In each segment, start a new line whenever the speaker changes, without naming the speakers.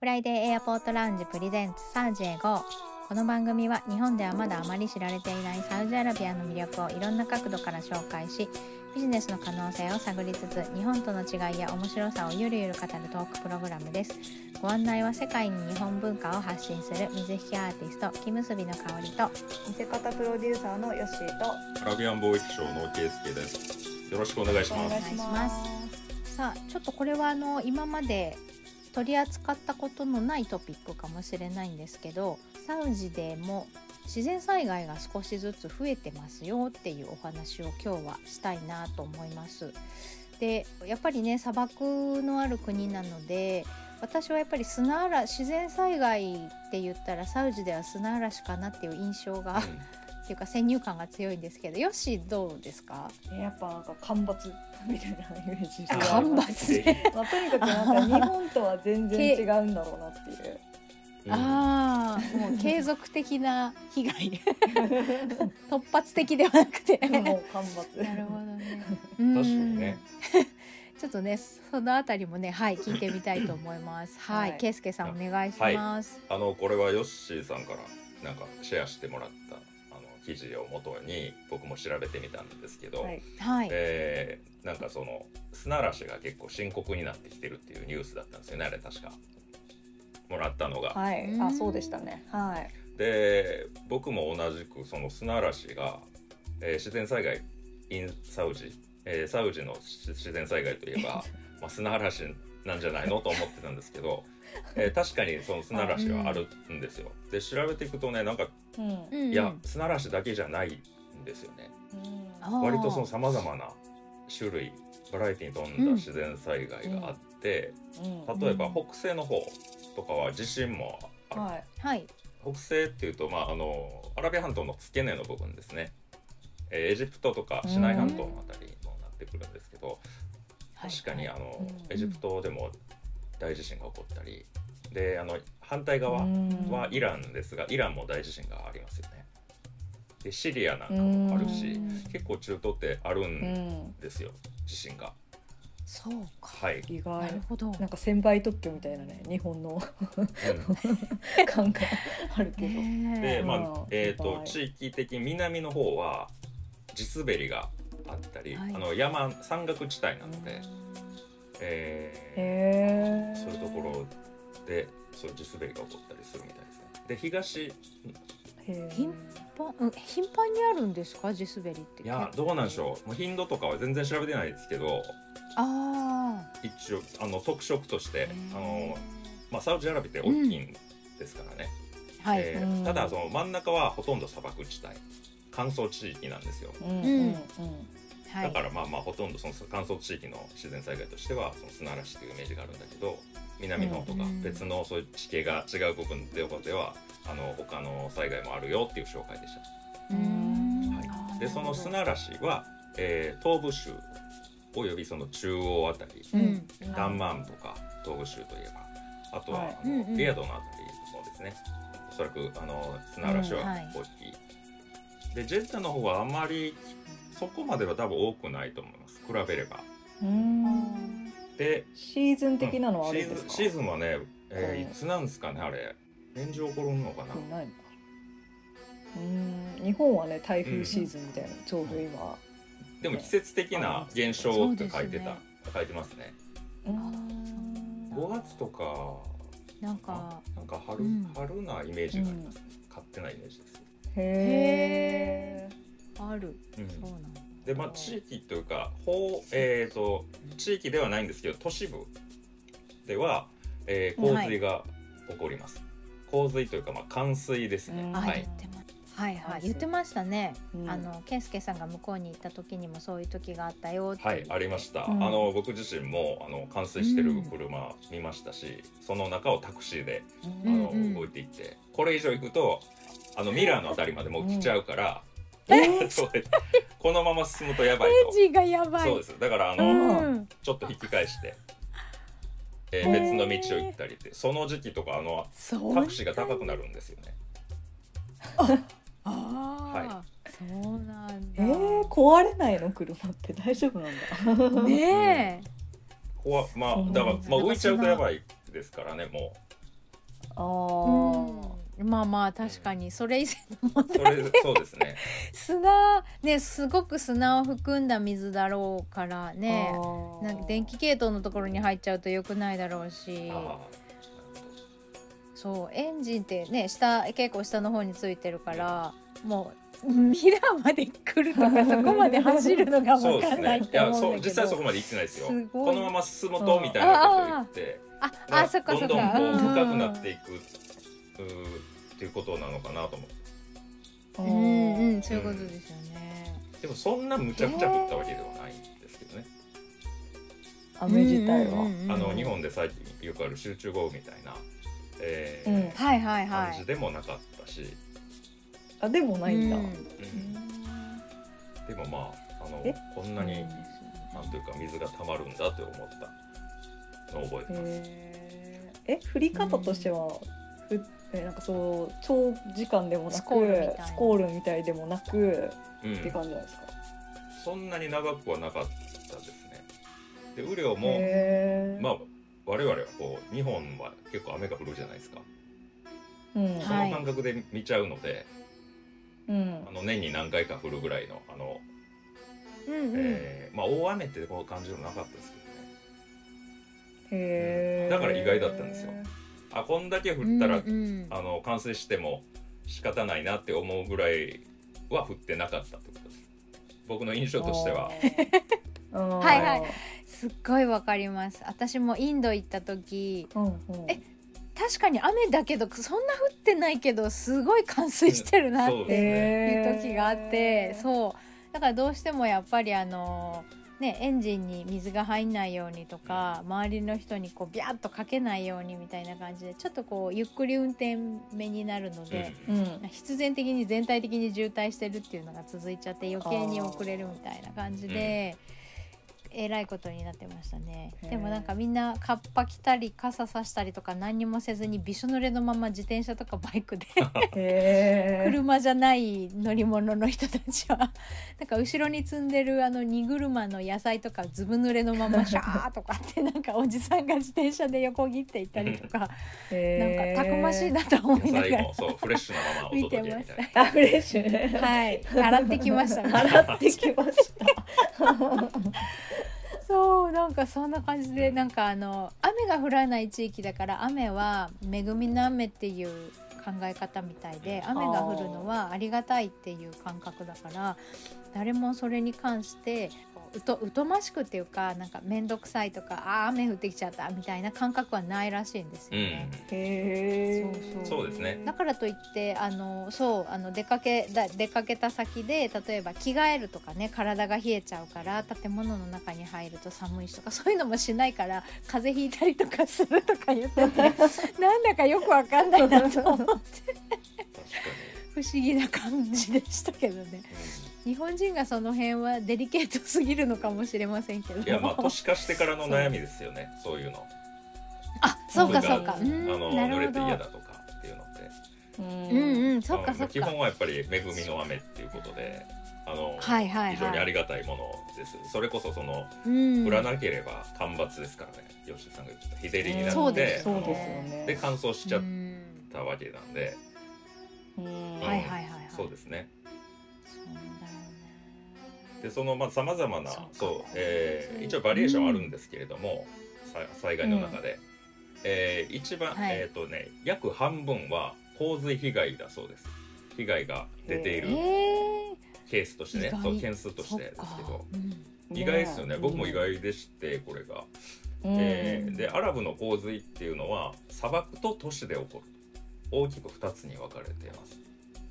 フライデーエアポートラウンジプレゼンツサウジへ GO。 この番組は日本ではまだあまり知られていないサウジアラビアの魅力をいろんな角度から紹介し、ビジネスの可能性を探りつつ、日本との違いや面白さをゆるゆる語るトークプログラムです。ご案内は世界に日本文化を発信する水引アーティスト木結びの香りと、
見せ方プロデューサーのヨッシーと
アラビアン貿易商のケイスケです。よろしくお願いします。
お願いします。
さあちょっとこれは今まで取り扱ったことのないトピックかもしれないんですけど、サウジでも自然災害が少しずつ増えてますよっていうお話を今日はしたいなと思います。でやっぱりね、砂漠のある国なので、私はやっぱり自然災害って言ったらサウジでは砂嵐かなっていう印象が、っていうか先入観が強いんですけど、ヨッシーどうですか？
やっぱなんか干ばつみたいなイメージで、
干ばつね
まあ、とにかくなんか日本とは全然違うんだろうなっていう
ああ、もう継続的な被害突発的ではなくて
もう干ばつ
なるほどね。
確かにね
ちょっとね、そのあたりもね、はい、聞いてみたいと思います。はい、ケイスケさんお願いします。
はい、これはヨッシーさんからなんかシェアしてもらった記事を元に僕も調べてみたんですけど、
はい、
なんかその砂嵐が結構深刻になってきてるっていうニュースだったんですよね、あれ確かもらったのが。
はい、あ、そうでしたね。はい。
で僕も同じくその砂嵐が、自然災害 in サウジ、サウジの自然災害といえば、まあ、砂嵐なんじゃないのと思ってたんですけど、確かにその砂嵐はあるんですよ。で調べていくとね、なんか、いや砂嵐だけじゃないんですよね。割とその様々な種類バラエティに富んだ自然災害があって、例えば北西の方とかは地震もある、
はい、
北西っていうと、まあ、アラビア半島の付け根の部分ですね。エジプトとかシナイ半島のあたりにもなってくるんですけど、確かにエジプトでも大地震が起こったりで、反対側はイランですが、イランも大地震がありますよね。でシリアなんかもあるし、結構中東ってあるんですよ、地震が。
そうか、
はい、
意外。
なるほど。
なんか専売特許みたいなね、日本の感があるけど。
で、まあ地域的南の方は地滑りがあったり、山岳地帯なので、そういうところでそういう地滑りが起こったりするみたいですね。で
頻繁にあるんですか、地滑りって。
いや、どうなんでしょう。もう頻度とかは全然調べてないですけど、一応特色としてまあ、サウジアラビアって大きいんですからね、ただその真ん中はほとんど砂漠地帯、乾燥地域なんですよ。だからまあほとんどその乾燥地域の自然災害としてはその砂嵐というイメージがあるんだけど、南の方とか別のそういう地形が違う部分では他の災害もあるよっていう紹介でした。でその砂嵐は、東部州およびその中央あたり、ダンマンとか東部州といえば、あとはリヤドのあたりもですね、おそらく砂嵐は大きい。でジェッタの方はあまりそこまでは多分多くないと思います、比べれば。で
シーズン的なのはあるんですか？
シーズンはね、いつなんですかね、あれ年中起こるのかな。
ないのか。日本はね、台風シーズンみたいな、ちょうど今。
でも季節的な現象って書いてますね。5月とかなんか春なイメージがありますね。勝手なイメージです。
へ
ー、ある、そうなんだ。
でまあ地域というか地域ではないんですけど、都市部では、洪水が起こります。洪水というか、まあ、冠水ですね。
言ってましたね。ケンスケさんが向こうに行った時にもそういう時があったよって。
ありました。僕自身も冠水してる車見ましたし、その中をタクシーで動いていって、これ以上行くとミラーのあたりまでもう来ちゃうから、このまま進むとやばいと。
エンジンがやばい。
そうです。だからちょっと引き返して、別の道を行ったりで、その時期とかタクシーが高くなるんですよね。
そうなんだ。
壊れないの？車って大丈夫なんだ。
ねえ。
だから浮いちゃうとやばいですからね、も
まあまあ確かにそれ以前の問題で
そうですね
砂ねすごく砂を含んだ水だろうからね、なんか電気系統のところに入っちゃうと良くないだろうし、そうエンジンってね結構下の方についてるからもうミラーまで来るとかそこまで走るのが分かんないって思うんだけど、
そうですね、いや実際そこまで行ってないですよ。このまま進むとみたいなことを言って
そっかそっか
どんどんこう深くなっていくっていうことなのかなと思って。
そういうことですよね。
でもそんなむちゃくちゃ降ったわけではないんですけどね。
雨自体は、
日本で最近よくある集中豪雨みたいな、感じでもなかったし、
でもないんだ。
でもまあこんなになんというか水が溜まるんだって思ったのを覚えてます。
降り方としては、なんかそう長時間でもなくスコールみたいでもなく、って感じなんですか？
そんなに長くはなかったですね。で雨量もまあ我々はこう日本は結構雨が降るじゃないですか。その感覚で見ちゃうので、年に何回か降るぐらいのまあ大雨ってこう感じるのなかったですけどね。だから意外だったんですよ。こんだけ降ったら、冠水しても仕方ないなって思うぐらいは降ってなかったってことです。僕の印象としては。
はいはい、すっごいわかります。私もインド行った時、確かに雨だけどそんな降ってないけどすごい冠水してるなっていう時があって、そうだからどうしてもやっぱりエンジンに水が入んないようにとか周りの人にこうビャッとかけないようにみたいな感じでちょっとこうゆっくり運転目になるので、必然的に全体的に渋滞してるっていうのが続いちゃって余計に遅れるみたいな感じで、えらいことになってましたね。でもなんかみんなカッパ着たり傘さしたりとか何にもせずにびしょ濡れのまま自転車とかバイクで車じゃない乗り物の人たちはなんか後ろに積んでる荷車の野菜とかずぶ濡れのままシャーとかってなんかおじさんが自転車で横切っていったりとかなんかたくましいなと思いながら
そうフレッシュなままお届けみたい
な。フレッシュね。
はい洗ってきました
洗ってきました
そうなんかそんな感じでなんか雨が降らない地域だから雨は恵みの雨っていう考え方みたいで雨が降るのはありがたいっていう感覚だから誰もそれに関して疎ましくっていうかなんか面倒くさいとか雨降ってきちゃったみたいな感覚はないらしいんですよね。
そうですね。
だからといって出かけた先で例えば着替えるとかね体が冷えちゃうから建物の中に入ると寒いしとかそういうのもしないから風邪ひいたりとかするとか言っててなんだかよくわかんないなと思って不思議な感じでしたけどね。日本人がその辺はデリケートすぎるのかもしれませんけど。
いやまあ都市化してからの悩みですよね。そういうの。
そうかそうか。
濡れて嫌だとかっていうのって。
そうかそうか。
基本はやっぱり恵みの雨っていうことで、非常にありがたいものです。それこそ降らなければ干ばつですからね。吉田さんが言った日照りになってで乾燥しちゃったわけなんで。そうですね。でそのさまざまな一応バリエーションあるんですけれども、災害の中で、一番、約半分は洪水被害だそうです。被害が出ているケースとしてね、件数としてですけど、意外ですよね。僕も意外でしてこれが、でアラブの洪水っていうのは砂漠と都市で起こる大きく2つに分かれています。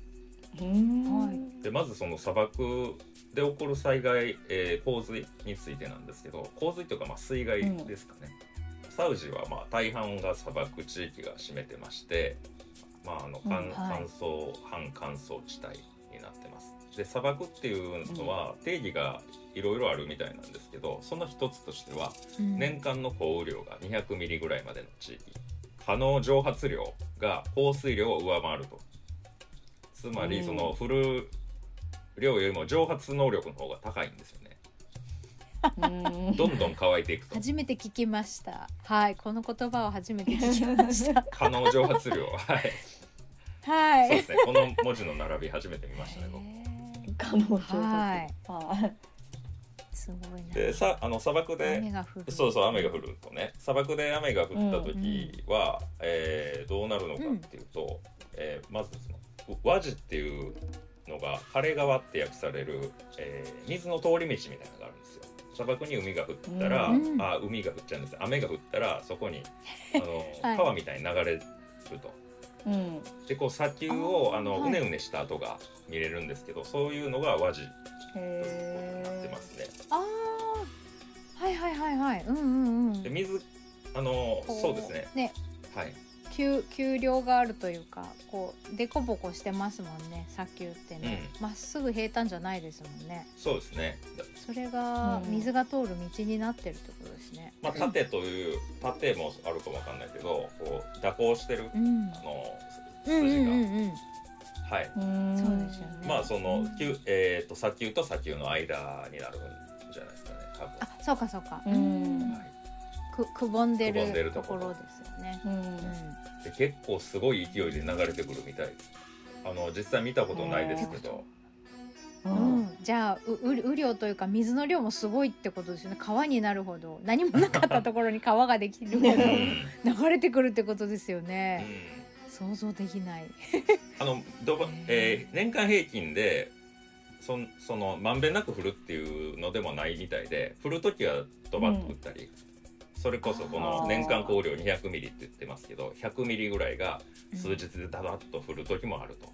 でまずその砂漠で起こる災害、洪水についてなんですけど、洪水というか水害ですかね。サウジは大半が砂漠地域が占めてまして、乾燥半乾燥地帯になってます。で砂漠っていうのは定義がいろいろあるみたいなんですけど、その一つとしては年間の降雨量が200ミリぐらいまでの地域、可能蒸発量が降水量を上回ると。つまりその降る量よりも蒸発能力の方が高いんですよね。 どんどん乾いていくと。
初めて聞きました。はい、この言葉を初めて聞きました。
可能蒸発量、はい。
はい。
そうですね。この文字の並び初めて見ましたね。
可能蒸発。
はい。すごいな。
で砂漠で雨が降るとね、砂漠で雨が降った時は、どうなるのかっていうと、まずその和地っていうのが晴れ川って訳される、水の通り道みたいなのがあるんですよ。砂漠に海が降ったら、海が降っちゃうんです。雨が降ったらそこに川みたいに流れると。でこう砂丘をうねうねした跡が見れるんですけど、そういうのが和地になってますね。
はいはいはいはい。
で水そうですね。はい。
丘陵があるというか、こうデコボコしてますもんね、砂丘ってね。まっすぐ平坦じゃないですもんね。
そうですね。
それが水が通る道になってるってことですね。
まあ縦もあるかもわかんないけど、こう蛇行してる筋が、はい。
そうですよね。
まあその砂丘と砂丘の間になるんじゃないですかね。多分。
そうかそうか。くぼんでるところですよね。
で結構すごい勢いで流れてくるみたいです。実際見たことないですけど。
じゃあ雨量というか水の量もすごいってことですよね。川になるほど、何もなかったところに川ができるほど流れてくるってことですよね。想像できない。
年間平均でそのまんべんなく降るっていうのでもないみたいで、降るときはドバッと降ったり、それこそこの年間降量200ミリって言ってますけど、100ミリぐらいが数日でダダッと降るときもあると。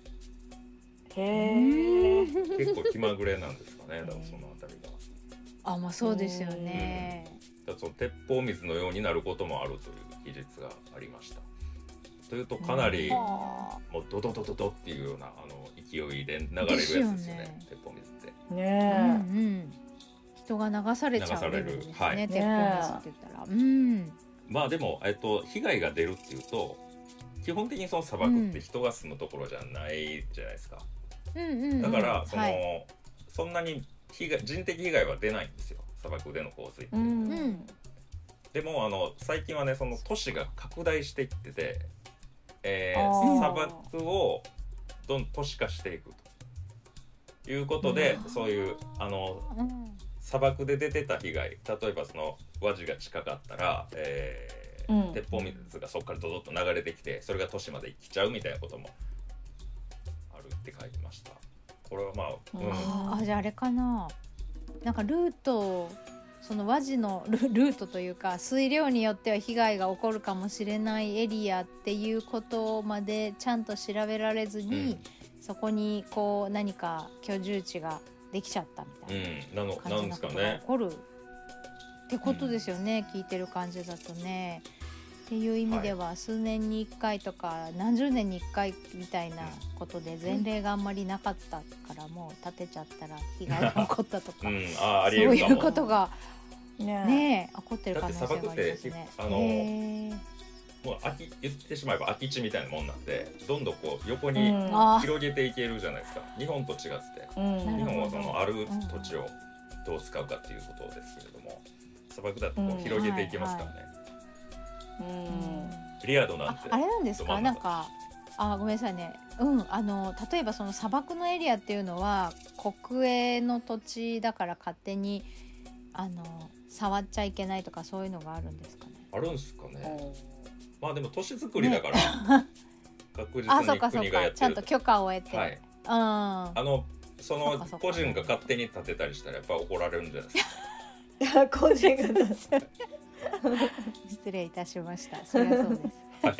結構気まぐれなんですかね。だからそのあたりが。
まあそうですよね。
だからその鉄砲水のようになることもあるという技術がありました。というとかなりもうドドドドドっていうような勢いで流れるやつですよね。鉄砲水って
ね。
人が流されちゃうレベルですね。鉄砲水って言ったら。
まあでも被害が出るっていうと、基本的にその砂漠って人が住むところじゃないじゃないですか。だからそんなに人的被害は出ないんですよ、砂漠での洪水っていうのは。でも最近はね、その都市が拡大していってて、砂漠をどんどん都市化していくということで、そういう砂漠で出てた被害、例えばその和地が近かったら、鉄砲水がそこからドドッと流れてきて、それが都市まで来ちゃうみたいなこともあるって書いてました。これはまあ、
じゃああれかな、なんかルート、その和地のルートというか、水量によっては被害が起こるかもしれないエリアっていうことまでちゃんと調べられずに、そこにこう何か居住地ができちゃったみたいな感じのことが起こるってことですよね。聞いてる感じだとね。っていう意味では、数年に1回とか何十年に1回みたいなことで前例があんまりなかったから、もう建てちゃったら被害が起こったとか、そういうことがね起こってる可能性がありますね。
もう言ってしまえば空き地みたいなもんなんで、どんどんこう横に広げていけるじゃないですか。日本と違って、日本はそのある土地をどう使うかっていうことですけれども、砂漠だとこう広げていけますからね。リアドなんて
あれなんですか、なんかごめんなさいね。例えばその砂漠のエリアっていうのは国営の土地だから勝手に触っちゃいけないとか、そういうのがあるんですかね。
あるんですかね。まあでも都市作りだから、確実に国がやってると。
ちゃんと許可を得て、
はい、その個人が勝手に建てたりしたらやっぱ怒られるんじゃないですか。
個人が建て
失礼いたしました。そりゃそうです。
はい、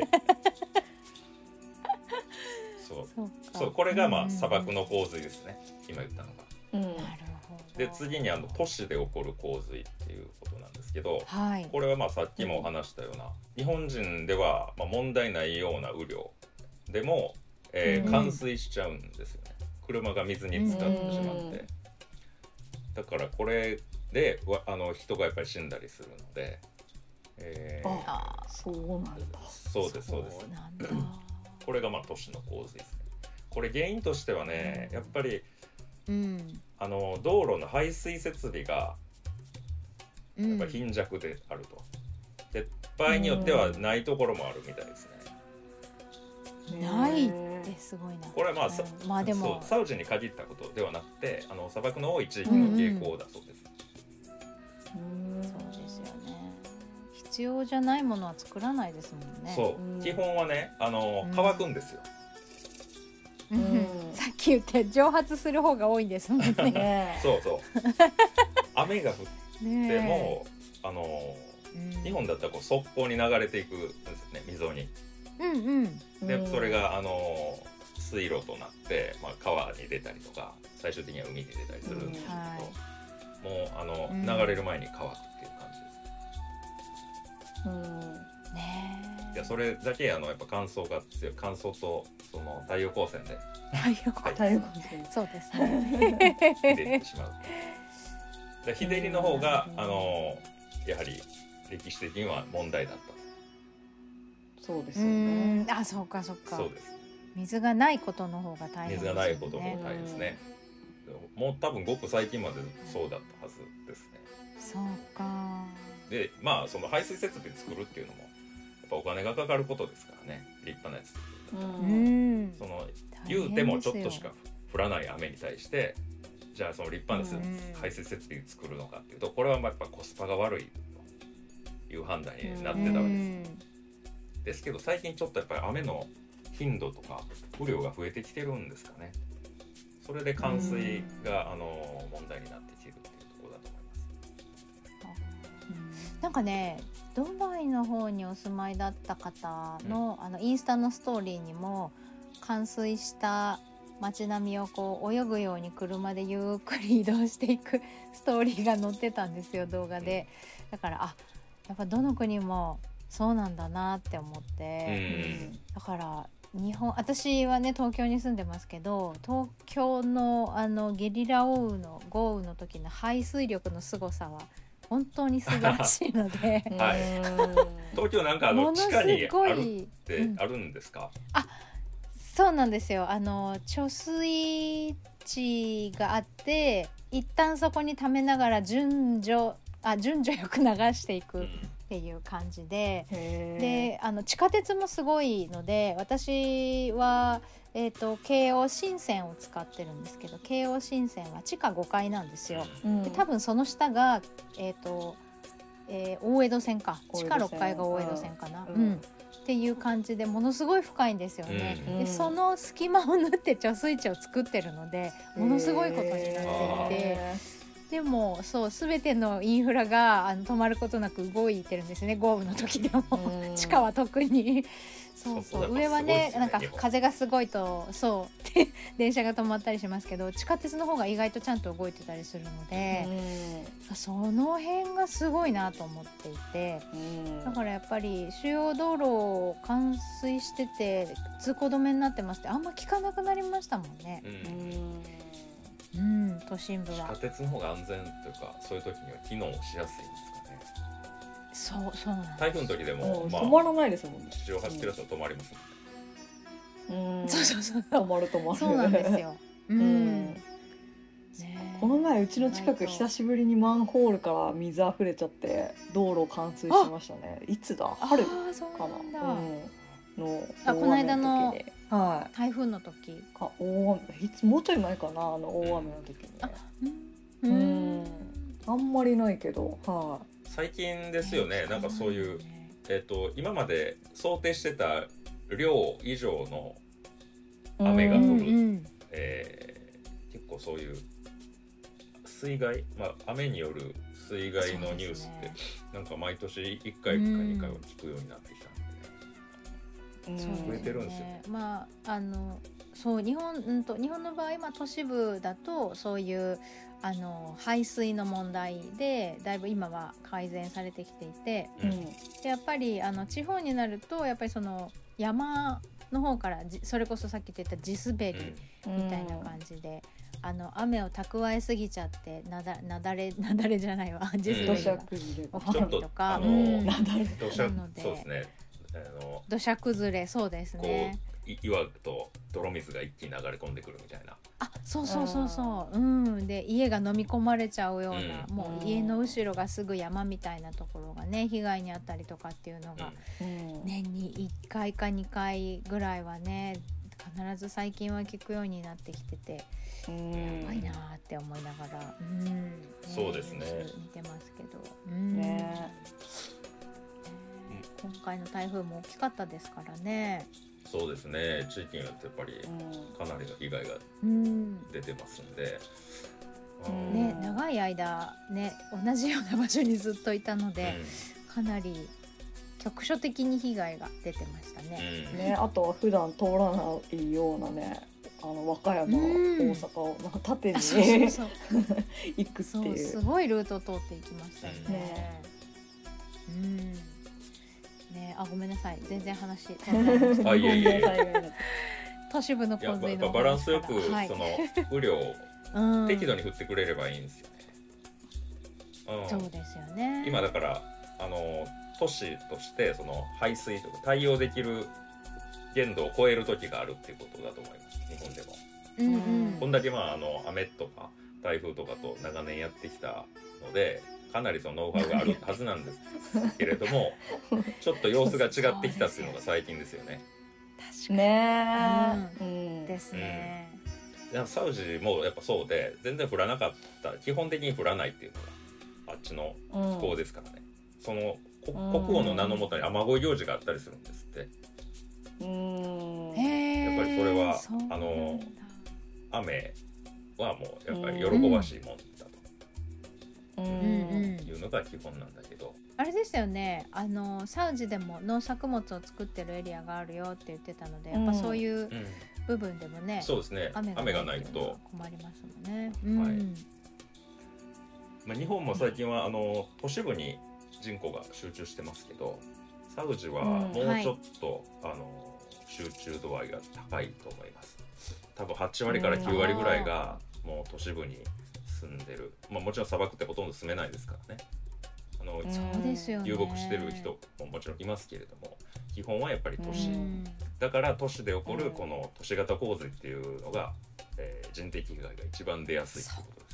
そうこれがまあ砂漠の洪水ですね、今言ったのが。
なるほど。
で次に都市で起こる洪水っていうことなんですけど、
はい、
これはまあさっきも話したような、日本人ではまあ問題ないような雨量でも、冠水しちゃうんですよね。車が水に浸かってしまって、だからこれで人がやっぱり死んだりするので、
そうなんだ。
そうですそうです。これがまあ都市の洪水ですね。これ原因としてはね、やっぱり道路の排水設備がやっぱ貧弱であると。で場合によってはないところもあるみたいですね。
ないってすごいな。
これはまあでもサウジに限ったことではなくて砂漠の多い地域の傾向だそうです。
そうですよね。必要じゃないものは作らないですもんね。
そう基本はね乾くんですよ。
さっき言って蒸発する方が多いんですもんね。
そう雨が降っても日本だったらこう側溝に流れていくんですね、溝に。でそれが水路となって、川に出たりとか最終的には海に出たりするんですけど、もう流れる前に乾くっていう感じです。いやそれだけやっぱ乾燥が強い。乾燥とその太陽光線で
太陽光線そうですね
出てしまう。で日照りの方がやはり歴史的には問題だった。
そうですよね。
あ、そうかそうか。
そうです。
水がないことの方が大変ですね。
水がないことの方が大変ですね。もう多分ごく最近までそうだったはずですね。
そうか。
でその排水設備作るっていうのもやっぱお金がかかることですからね。立派なやつ。その言うてもちょっとしか降らない雨に対してじゃあその立派な排水設備作るのかっていうと、これはやっぱコスパが悪いという判断になってたわけです。ですけど最近ちょっとやっぱり雨の頻度とか雨量が増えてきてるんですかね。それで冠水が問題になってきてるっていうところだと思います。
なんかね、ドバイの方にお住まいだった方の、インスタのストーリーにも冠水した街並みをこう泳ぐように車でゆっくり移動していくストーリーが載ってたんですよ、動画で。だからやっぱどの国もそうなんだなって思って、だから私はね東京に住んでますけど、東京のゲリラ豪雨の時の排水力の凄さは本当に素晴らしいので
東京なんか地下にあるってあるんですか？
そうなんですよ。貯水池があって一旦そこに溜めながら順序よく流していくっていう感じで、で地下鉄もすごいので、私は、京王新線を使ってるんですけど、京王新線は地下5階なんですよ。で多分その下が、大江戸線か、地下6階が大江戸線かな、っていう感じでものすごい深いんですよね。でその隙間を縫って貯水池を作ってるのでものすごいことになっていて、でも全てのインフラが止まることなく動いてるんですね、豪雨の時でも地下は特に。上はねなんか風がすごいと電車が止まったりしますけど、地下鉄の方が意外とちゃんと動いてたりするので、その辺がすごいなと思っていて、だからやっぱり主要道路冠水してて通行止めになってますってあんま聞かなくなりましたもんね。都心部は
地下鉄の方が安全というか、そういう時には機能しやすいんですかね。
そうなんです。
台風の時でも
止まらないですもんね。
地上走ってる人は止まります
もんね。そう
止まる
そうなんですよ。
この前うちの近く久しぶりにマンホールから水あふれちゃって道路冠水しましたね。いつだ、春かな、
この間の台風の時
か、もうちょい前かな、大雨の時にね。あんまりないけど、
最近ですよね。なんかそういう、今まで想定してた量以上の雨が降る、結構そういう水害、雨による水害のニュースってなんか毎年1回か2回は聞くようになってきたんで、増えてるんですよね。
日本の場合、都市部だとそういう排水の問題でだいぶ今は改善されてきていて、でやっぱり地方になるとやっぱりその山の方からそれこそさっき言った地滑りみたいな感じで、雨を蓄えすぎちゃってなだれじゃないわ、地滑りが起きたりとか、なので土砂崩れ、そうですね、
岩と泥水が一気に流れ込んでくるみたいな。
あ、そうそうそうそう、うん、で家が飲み込まれちゃうような、もう家の後ろがすぐ山みたいなところがね被害に遭ったりとかっていうのが、年に1回か2回ぐらいはね必ず最近は聞くようになってきてて、やばいなって思いながら、
そうですね、
見てますけど、今回の台風も大きかったですからね。
そうですね、地域によってやっぱりかなりの被害が出てますんで、
ね、長い間ね同じような場所にずっといたので、かなり局所的に被害が出てましたね。
ね、あとは普段通らないようなね、和歌山、大阪をなんか縦に行くっていう、
すごいルートを通っていきましたよね。ね、ごめんなさい、全然話都市部の洪水の
バランスよく、その雨量を適度に降ってくれればいいんですよね。
そうですよね。
今だから都市としてその排水とか対応できる限度を超える時があるっていうことだと思います、日本でも。こんだけ雨とか台風とかと長年やってきたので、かなりそのノウハウがあるはずなんですけれどもちょっと様子が違ってきたっていうのが最近ですよね。
確かにですね。
サウジもやっぱそうで、全然降らなかった、基本的に降らないっていうのがあっちの気候ですからね。その国王の名のもとに雨乞い行事があったりするんですって。やっぱりそれは雨はもうやっぱり喜ばしいもんだというのが基本なんだけど、
あれでしたよね、サウジでも農作物を作ってるエリアがあるよって言ってたので、やっぱそういう部分でもね、
そうですね、雨がないと
困りますもんね。
日本も最近は都市部に人口が集中してますけど、サウジはもうちょっと、集中度合いが高いと思います。多分8割から9割ぐらいがもう都市部に住んでる、もちろん砂漠ってほとんど住めないですからね。
そうですよね、
遊牧してる人ももちろんいますけれども、基本はやっぱり都市だから、都市で起こるこの都市型洪水っていうのが、人的被害が一番出やすいということです。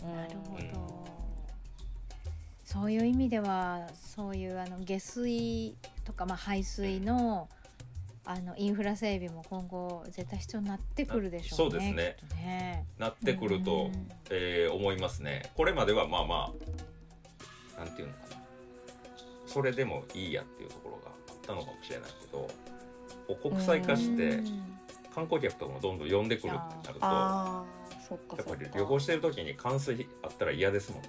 なるほど、そういう意味ではそういう下水とか、排水のインフラ整備も今後絶対必要になってくるでしょうね。
そうですね、なってくると、思いますね。これまではなんていうのかな、それでもいいやっていうところがあったのかもしれないけど、国際化して観光客とかもどんどん呼んでくるってなると、やっぱり旅行してる時に冠水あったら嫌ですもんね。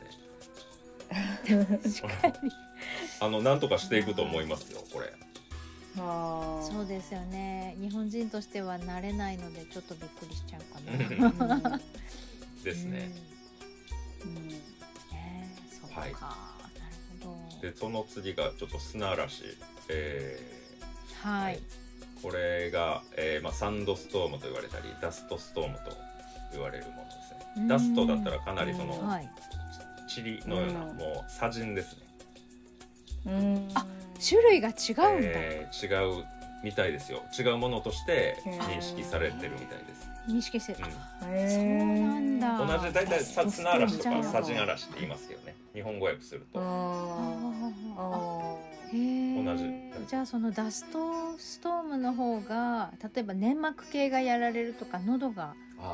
確か
になんとかしていくと思いますよ、これ。
そうですよね、日本人としては慣れないのでちょっとびっくりしちゃうかな
ですね。
そうか、なるほど。
でその次がちょっと砂嵐、これが、サンドストームと言われたりダストストームと言われるものですね。ダストだったらかなりその、塵のようなもう砂塵ですね。
種類が違うんだ、
違うみたいですよ。違うものとして認識されてるみたいです。
認識してる、そうなんだ。
同じ大体砂嵐とか砂塵嵐って言いますけどね、日本語訳すると。同じ。
じゃあそのダストストームの方が例えば粘膜系がやられるとか喉が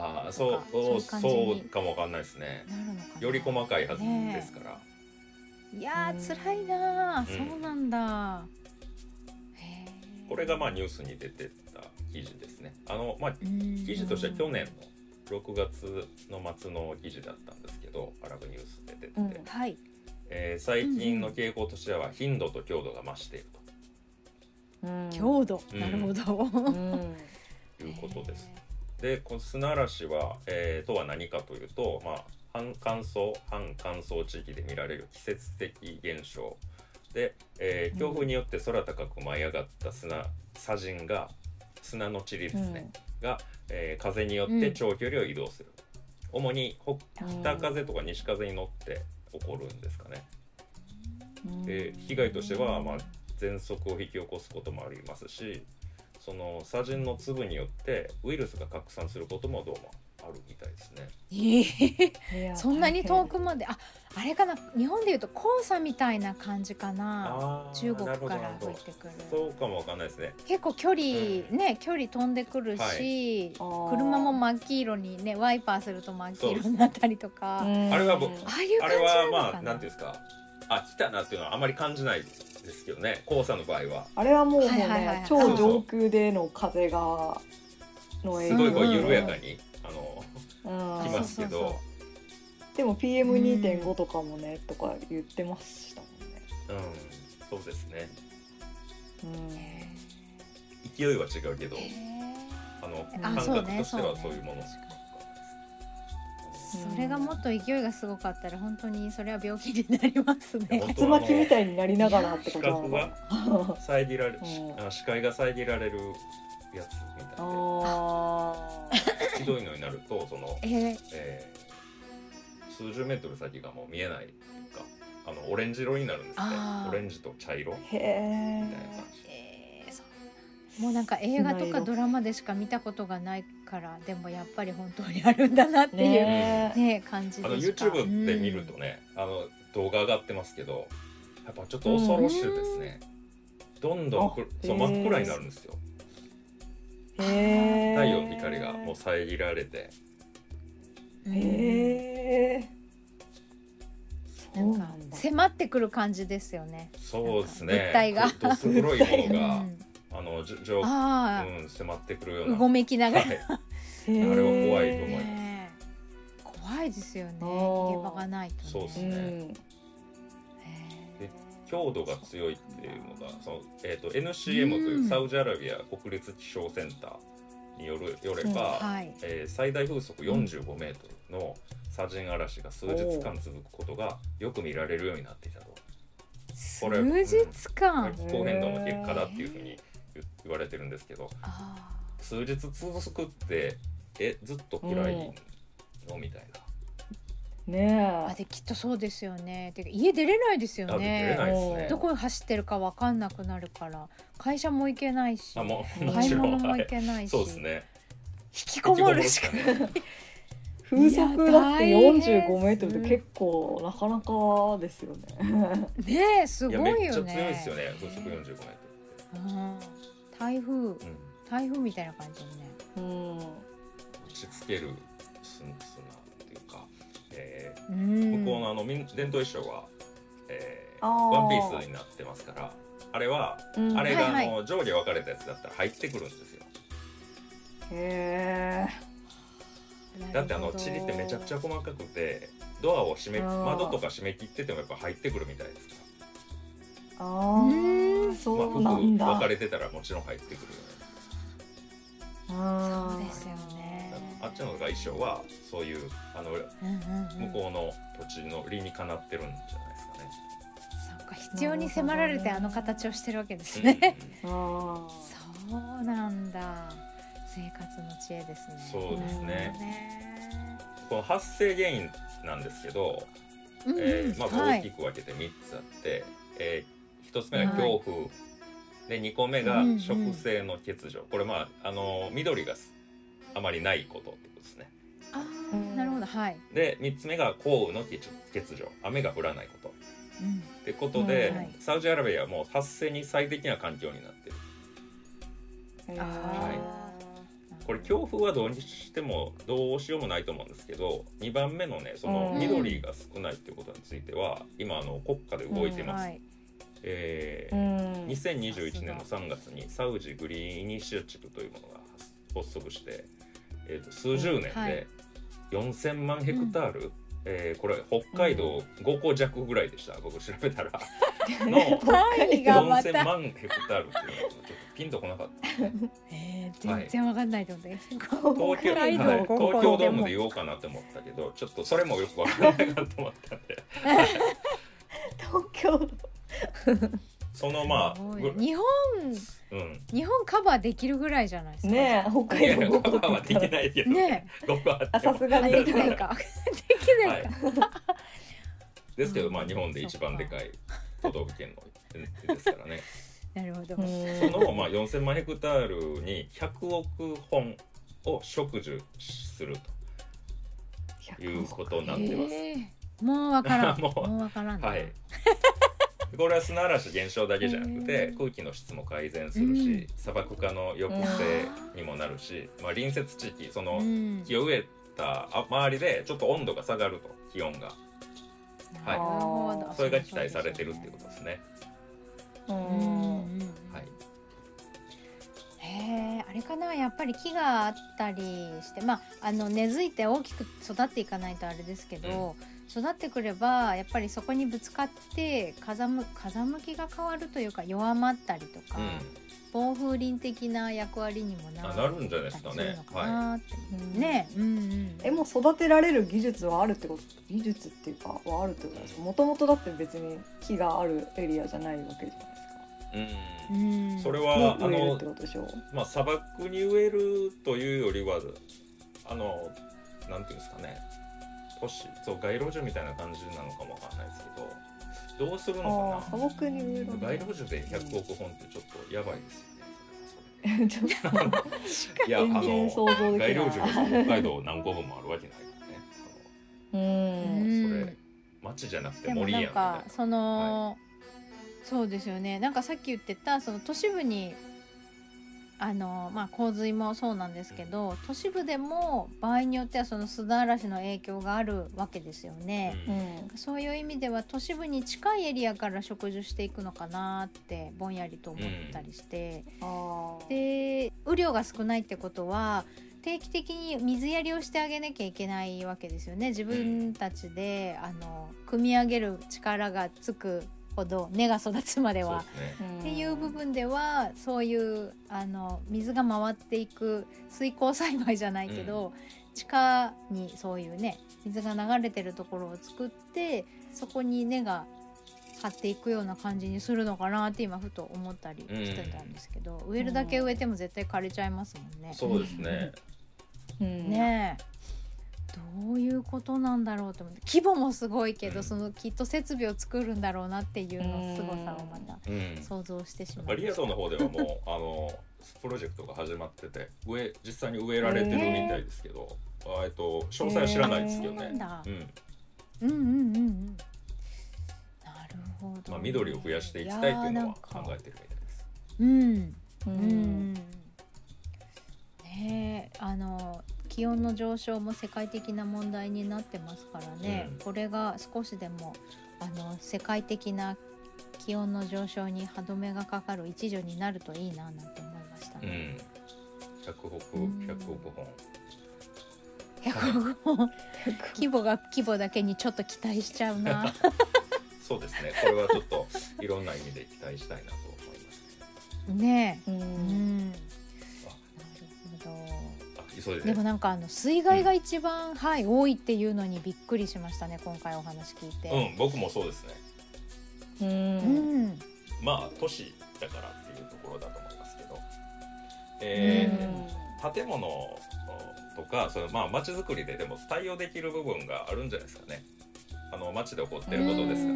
そうかもわかんないですね。より細かいはずですから。
いやー辛いな、そうなんだ。
これがニュースに出てた記事ですね。記事としては去年の6月の末の記事だったんですけど、アラブニュースで出てて、
はい、
最近の傾向としては頻度と強度が増している
と。強度、なるほど。
いうことです。で、この砂嵐は、とは何かというと、半乾燥地域で見られる季節的現象で、強風によって空高く舞い上がった砂塵が、砂の塵ですね、が、風によって長距離を移動する。主に北風とか西風に乗って起こるんですかね。で、被害としては、喘息を引き起こすこともありますし、 その砂塵の粒によってウイルスが拡散することもどうもあるみたいです
ね。そんなに遠くまで、あれかな、日本でいうと黄砂みたいな感じかな。中国から吹いてくる。
そうかもわかんないですね。
結構距離、距離飛んでくるし、車も真っ黄色にね、ワイパーすると真っ黄色になったりとか。
あれは
ま
あなんていうんですか、来たなっていうのはあまり感じないですけどね、黄砂の場合は。
あれはもうね、超上空での風がの
影響、すごい緩やかに来ますけど。
でも PM2.5 とかもね、とか言ってましたもんね。
そうですね。勢いは違うけど、感覚としてはそういうもの。
そ
れがもっと勢いがすごかったら本当にそれは病気になりますね。
竜巻みたいになりながらってこと
なのかな。遮られ、視界が遮られるやつみたいで、ひどいのになるとその、数十メートル先がもう見えないというか、オレンジ色になるんですね。オレンジと茶色みたいな感じ。
もうなんか映画とかドラマでしか見たことがないから、でもやっぱり本当にあるんだなっていうね感じでした。
YouTube で見るとね、動画上がってますけど、やっぱちょっと恐ろしいですね。どんどん真っ暗になるんですよ。太陽の光がもう遮られて。
なんか迫ってくる感じですよね。
そうですね。
物体が
どす黒いものが迫ってくるような。
うごめきながら。あ
れは怖いと思います。
怖いですよね。逃げ場がないと。
そうですね。強度が強いっていうのが、NCM というサウジアラビア国立気象センターによれば、最大風速45メートルの砂塵嵐が数日間続くことがよく見られるようになっていたと。
これ数日間、
気候変動の結果だっていうふうに言われてるんですけど、数日続くってずっと暗いのみたいな。
できっとそうですよね。てか家出れないですよね。
出れないですね。
どこに走ってるか分かんなくなるから、会社も行けないし、買い物も行けないし、
そうですね。
引きこもるしかない。
風速だって45メートルって結構なかなかですよね。
ねえ、すごいよね。
めっちゃ強いですよね。風速45メートルって。
台風みたいな感じで
ね。打ちつける砂っていうか、向こうの伝統衣装はワンピースになってますから、あれが上下分かれたやつだったら入ってくるんですよ。だって塵ってめちゃくちゃ細かくて、ドアを窓とか閉め切っててもやっぱ入ってくるみたいですから。
そうなんだ。
服分かれてたらもちろん入ってくるよね。
そうですよね。
あっちの衣装はそういう向こうの土地の理にかなってるんじゃないですかね。
そうか、必要に迫られて形をしてるわけですね。そうなんだ。生活の知恵ですね。
そうですね。この発生原因なんですけど、大きく分けて3つあって、1つ目が強風、で2個目が食性の欠如。これ緑があまりないことってことですね。
なるほど。
で3つ目が降雨の欠如、雨が降らないこと。ってことで、サウジアラビアはもう発生に最適な環境になってる。これ強風はどうにしてもどうしようもないと思うんですけど、2番目のね、その緑が少ないっていうことについては今国家で動いてます。2021年の3月にサウジグリーンイニシアチブというものが発足して、数十年で4000万ヘクタール、これ北海道5個弱ぐらいでした、僕調べたらの4000万ヘクタールっていうのがちょっとピンとこなかった。
全然わかんないと思って、
東京ドームで言おうかなって思ったけど、ちょっとそれもよくわからないなと思ったんで
東京ドーム
その
日本カバーできるぐらいじゃないですか
ね。北海道
カバーはできないけどね。
さすがに
できないか。
ですけど日本で一番でかい都道府県のですからね。
なるほど。
その、まあ、4000万ヘクタールに100億本を植樹するということになってます。
もうわからんもうわからん、
はい、これは砂嵐減少だけじゃなくて空気の質も改善するし、砂漠化の抑制にもなるし、まあ、隣接地域その木を植えた周りでちょっと温度が下がると気温が、はい、それが期待されてるっていうことですね。はい、
あれかな、やっぱり木があったりして、まあ、根付いて大きく育っていかないとあれですけど、育ってくればやっぱりそこにぶつかって風向きが変わるというか弱まったりとか、暴風林的な役割にもな
るんじゃないですかね。
もう育てられる技術はあるってこと、技術っていうかはあるってことですか。もともとだって別に木があるエリアじゃないわけじゃないですか。
それは
まあ、
砂漠に植えるというよりはなんていうんですかね、そう街路樹みたいな感じなのかもわかんないですけど、どうするのかな。
砂漠に植える
街路樹で100億本ってちょっとやばいですよね。いや街路樹が北海道何個分もあるわけないからね。それ町じゃなくて森やんみたいな。
そうですよね。なんかさっき言ってたその都市部にまあ、洪水もそうなんですけど、都市部でも場合によってはその砂嵐の影響があるわけですよね。そういう意味では都市部に近いエリアから植樹していくのかなってぼんやりと思ったりして、で雨量が少ないってことは定期的に水やりをしてあげなきゃいけないわけですよね。自分たちで汲み上げる力がつくほど根が育つまでは、っていう部分ではそういう水が回っていく水耕栽培じゃないけど、地下にそういうね水が流れてるところを作ってそこに根が張っていくような感じにするのかなって今ふと思ったりしてたんですけど、植えるだけ植えても絶対枯れちゃいますもんね。
そうですね。
ねえ、どういうことなんだろうと思って、規模もすごいけど、そのきっと設備を作るんだろうなっていうのすごさをまた想像してしまいました。
リアドの方ではもうプロジェクトが始まってて実際に植えられてるみたいですけど、詳細は知らないですけどね。なる
ほど、
まあ、緑を増やしていきたいというのは考えてるみたいです。
ね、気温の上昇も世界的な問題になってますからね、これが少しでも世界的な気温の上昇に歯止めがかかる一助になるといいななんて思いましたね。
100億本
100億本規模だけにちょっと期待しちゃうな。
そうですね、これはちょっといろんな意味で期待したいなと思います
ね。でもなんか水害が一番、多いっていうのにびっくりしましたね、今回お話聞いて。
僕もそうですね。まあ都市だからっていうところだと思いますけど、建物とかまあ街づくりででも対応できる部分があるんじゃないですかね。街で起こっていることですから。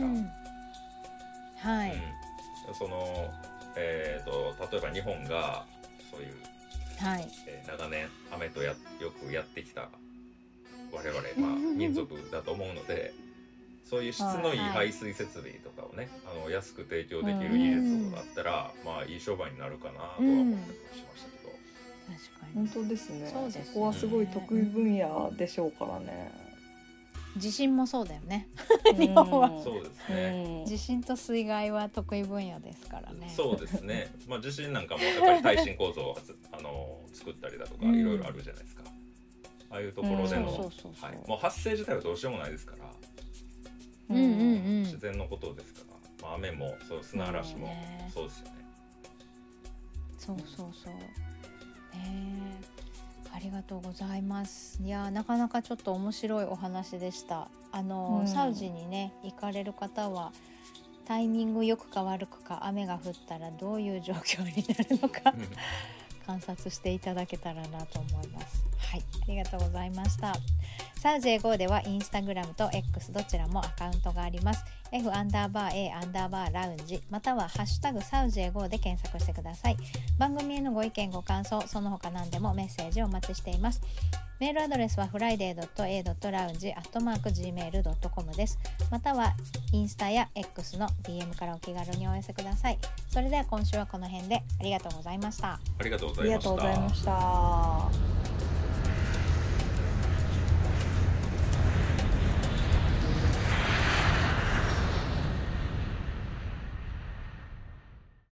例えば日本がそういう長年雨とよくやってきた我々、民族だと思うので、そういう質のいい排水設備とかをね、安く提供できる技術があったら、いい商売になるかなとは思ったりしましたけど。
確かに本当ですね。そこはすごい得意分野でしょうからね。
地震もそうだよね。日本は
そうですね。
地震と水害は得意分野ですからね。
そうですね。地震なんかもやっぱり耐震構造を作ったりだとかいろいろあるじゃないですか。ああいうところでのもう発生自体はどうしようもないですから。自然のことですから。雨も砂嵐もそうですよね。
そう。ありがとうございます。いやなかなかちょっと面白いお話でした。サウジにね行かれる方はタイミングよくか悪くか雨が降ったらどういう状況になるのか観察していただけたらなと思います。はい、ありがとうございました。サウジエゴではインスタグラムと X どちらもアカウントがあります。 F_A_lounge またはハッシュタグサウジエゴで検索してください。番組へのご意見ご感想その他何でもメッセージをお待ちしています。メールアドレスは friday.a.lounge@gmail.com です。またはインスタや X の DM からお気軽にお寄せください。それでは今週はこの辺でありがとうございました。
ありがとうございました。
ありがとうございました。